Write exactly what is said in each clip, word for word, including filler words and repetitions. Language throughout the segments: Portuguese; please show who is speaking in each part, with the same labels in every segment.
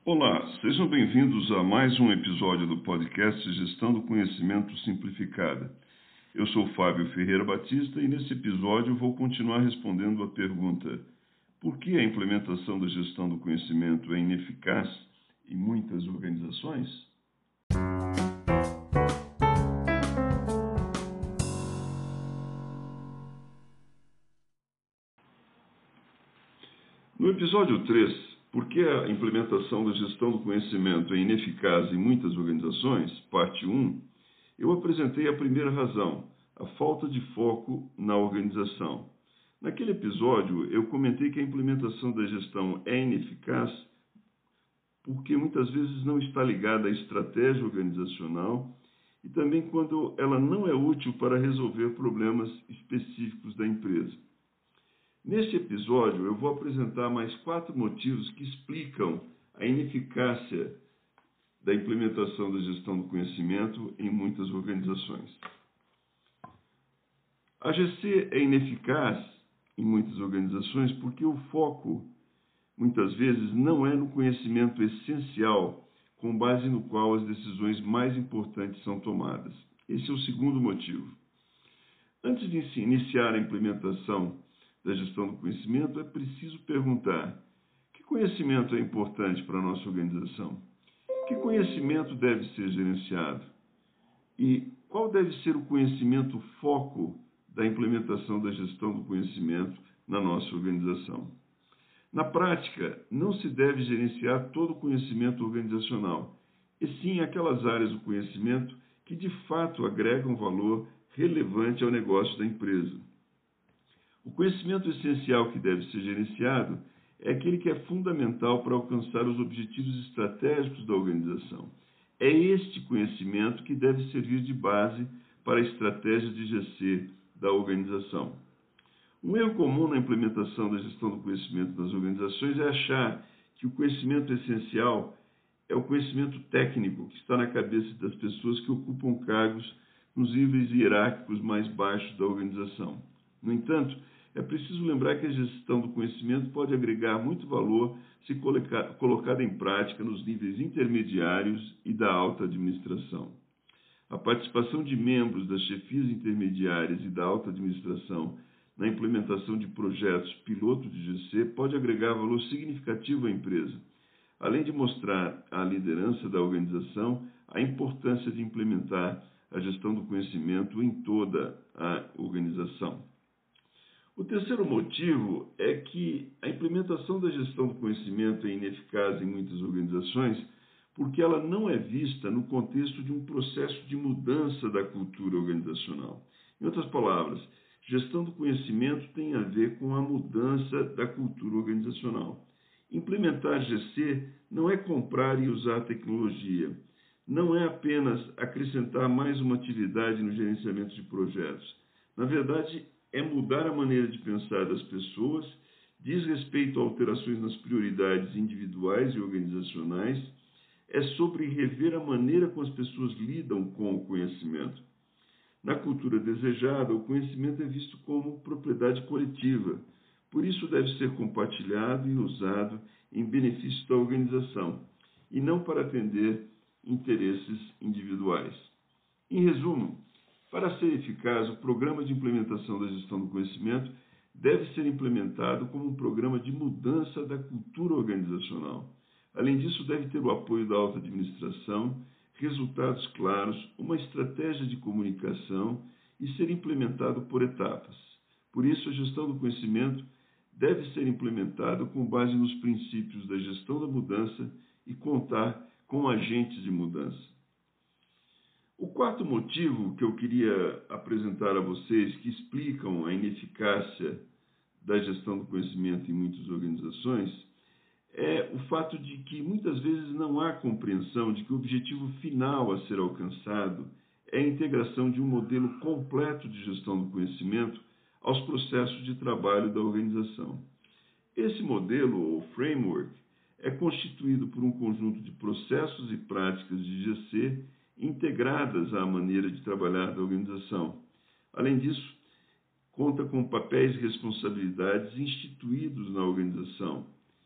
Speaker 1: Olá, sejam bem-vindos a mais um episódio do podcast Gestão do Conhecimento Simplificada. Eu sou Fábio Ferreira Batista e nesse episódio vou continuar respondendo a pergunta: por que a implementação da gestão do conhecimento é ineficaz em muitas organizações? No episódio três, por que a implementação da gestão do conhecimento é ineficaz em muitas organizações, parte um, eu apresentei a primeira razão, a falta de foco na organização. Naquele episódio, eu comentei que a implementação da gestão é ineficaz porque muitas vezes não está ligada à estratégia organizacional e também quando ela não é útil para resolver problemas específicos da empresa. Neste episódio, eu vou apresentar mais quatro motivos que explicam a ineficácia da implementação da gestão do conhecimento em muitas organizações. A G C é ineficaz em muitas organizações porque o foco, muitas vezes, não é no conhecimento essencial com base no qual as decisões mais importantes são tomadas. Esse é o segundo motivo. Antes de iniciar a implementação da gestão do conhecimento, é preciso perguntar: que conhecimento é importante para a nossa organização? Que conhecimento deve ser gerenciado? E qual deve ser o conhecimento foco da implementação da gestão do conhecimento na nossa organização? Na prática, não se deve gerenciar todo o conhecimento organizacional, e sim aquelas áreas do conhecimento que de fato agregam valor relevante ao negócio da empresa. O conhecimento essencial que deve ser gerenciado é aquele que é fundamental para alcançar os objetivos estratégicos da organização. É este conhecimento que deve servir de base para a estratégia de G C da organização. Um erro comum na implementação da gestão do conhecimento nas organizações é achar que o conhecimento essencial é o conhecimento técnico que está na cabeça das pessoas que ocupam cargos nos níveis hierárquicos mais baixos da organização. No entanto, é preciso lembrar que a gestão do conhecimento pode agregar muito valor se colocada em prática nos níveis intermediários e da alta administração. A participação de membros das chefias intermediárias e da alta administração na implementação de projetos piloto de G C pode agregar valor significativo à empresa, além de mostrar à liderança da organização a importância de implementar a gestão do conhecimento em toda a organização. O terceiro motivo é que a implementação da gestão do conhecimento é ineficaz em muitas organizações porque ela não é vista no contexto de um processo de mudança da cultura organizacional. Em outras palavras, gestão do conhecimento tem a ver com a mudança da cultura organizacional. Implementar G C não é comprar e usar tecnologia, não é apenas acrescentar mais uma atividade no gerenciamento de projetos. Na verdade, é mudar a maneira de pensar das pessoas, diz respeito a alterações nas prioridades individuais e organizacionais, é sobre rever a maneira como as pessoas lidam com o conhecimento. Na cultura desejada, o conhecimento é visto como propriedade coletiva, por isso deve ser compartilhado e usado em benefício da organização, e não para atender interesses individuais. Em resumo, para ser eficaz, o programa de implementação da gestão do conhecimento deve ser implementado como um programa de mudança da cultura organizacional. Além disso, deve ter o apoio da alta administração, resultados claros, uma estratégia de comunicação e ser implementado por etapas. Por isso, a gestão do conhecimento deve ser implementada com base nos princípios da gestão da mudança e contar com agentes de mudança. O quarto motivo que eu queria apresentar a vocês, que explicam a ineficácia da gestão do conhecimento em muitas organizações, é o fato de que muitas vezes não há compreensão de que o objetivo final a ser alcançado é a integração de um modelo completo de gestão do conhecimento aos processos de trabalho da organização. Esse modelo, ou framework, é constituído por um conjunto de processos e práticas de G C integradas à maneira de trabalhar da organização. Além disso, conta com papéis e responsabilidades instituídos na organização,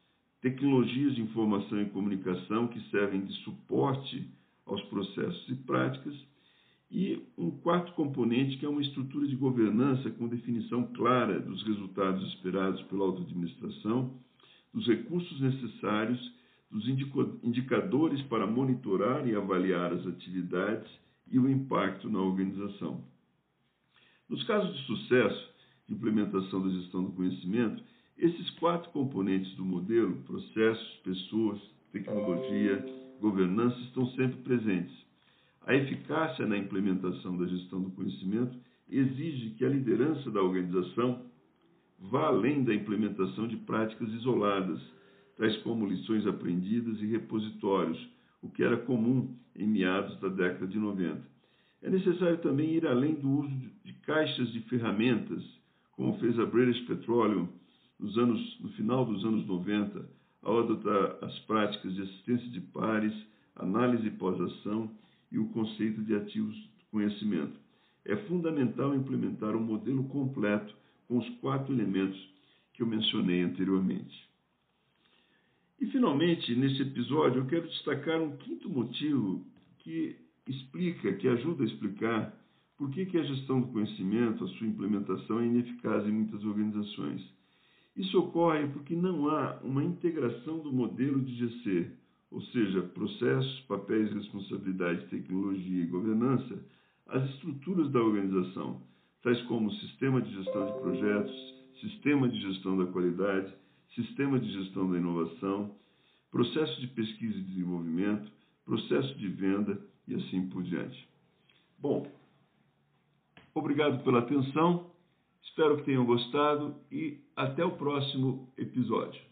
Speaker 1: tecnologias de informação e comunicação que servem de suporte aos processos e práticas, e um quarto componente que é uma estrutura de governança com definição clara dos resultados esperados pela auto-administração, dos recursos necessários, dos indicadores para monitorar e avaliar as atividades e o impacto na organização. Nos casos de sucesso de implementação da gestão do conhecimento, esses quatro componentes do modelo, processos, pessoas, tecnologia, governança, estão sempre presentes. A eficácia na implementação da gestão do conhecimento exige que a liderança da organização vá além da implementação de práticas isoladas, tais como lições aprendidas e repositórios, o que era comum em meados da década de noventa. É necessário também ir além do uso de caixas de ferramentas, como fez a British Petroleum nos anos, no final dos anos noventa, ao adotar as práticas de assistência de pares, análise pós-ação e o conceito de ativos do conhecimento. É fundamental implementar um modelo completo com os quatro elementos que eu mencionei anteriormente. E, finalmente, nesse episódio, eu quero destacar um quinto motivo que explica, que ajuda a explicar por que, que a gestão do conhecimento, a sua implementação é ineficaz em muitas organizações. Isso ocorre porque não há uma integração do modelo de G C, ou seja, processos, papéis, responsabilidade, tecnologia e governança, às estruturas da organização, tais como sistema de gestão de projetos, sistema de gestão da qualidade, sistema de gestão da inovação, processo de pesquisa e desenvolvimento, processo de venda e assim por diante. Bom, obrigado pela atenção, espero que tenham gostado e até o próximo episódio.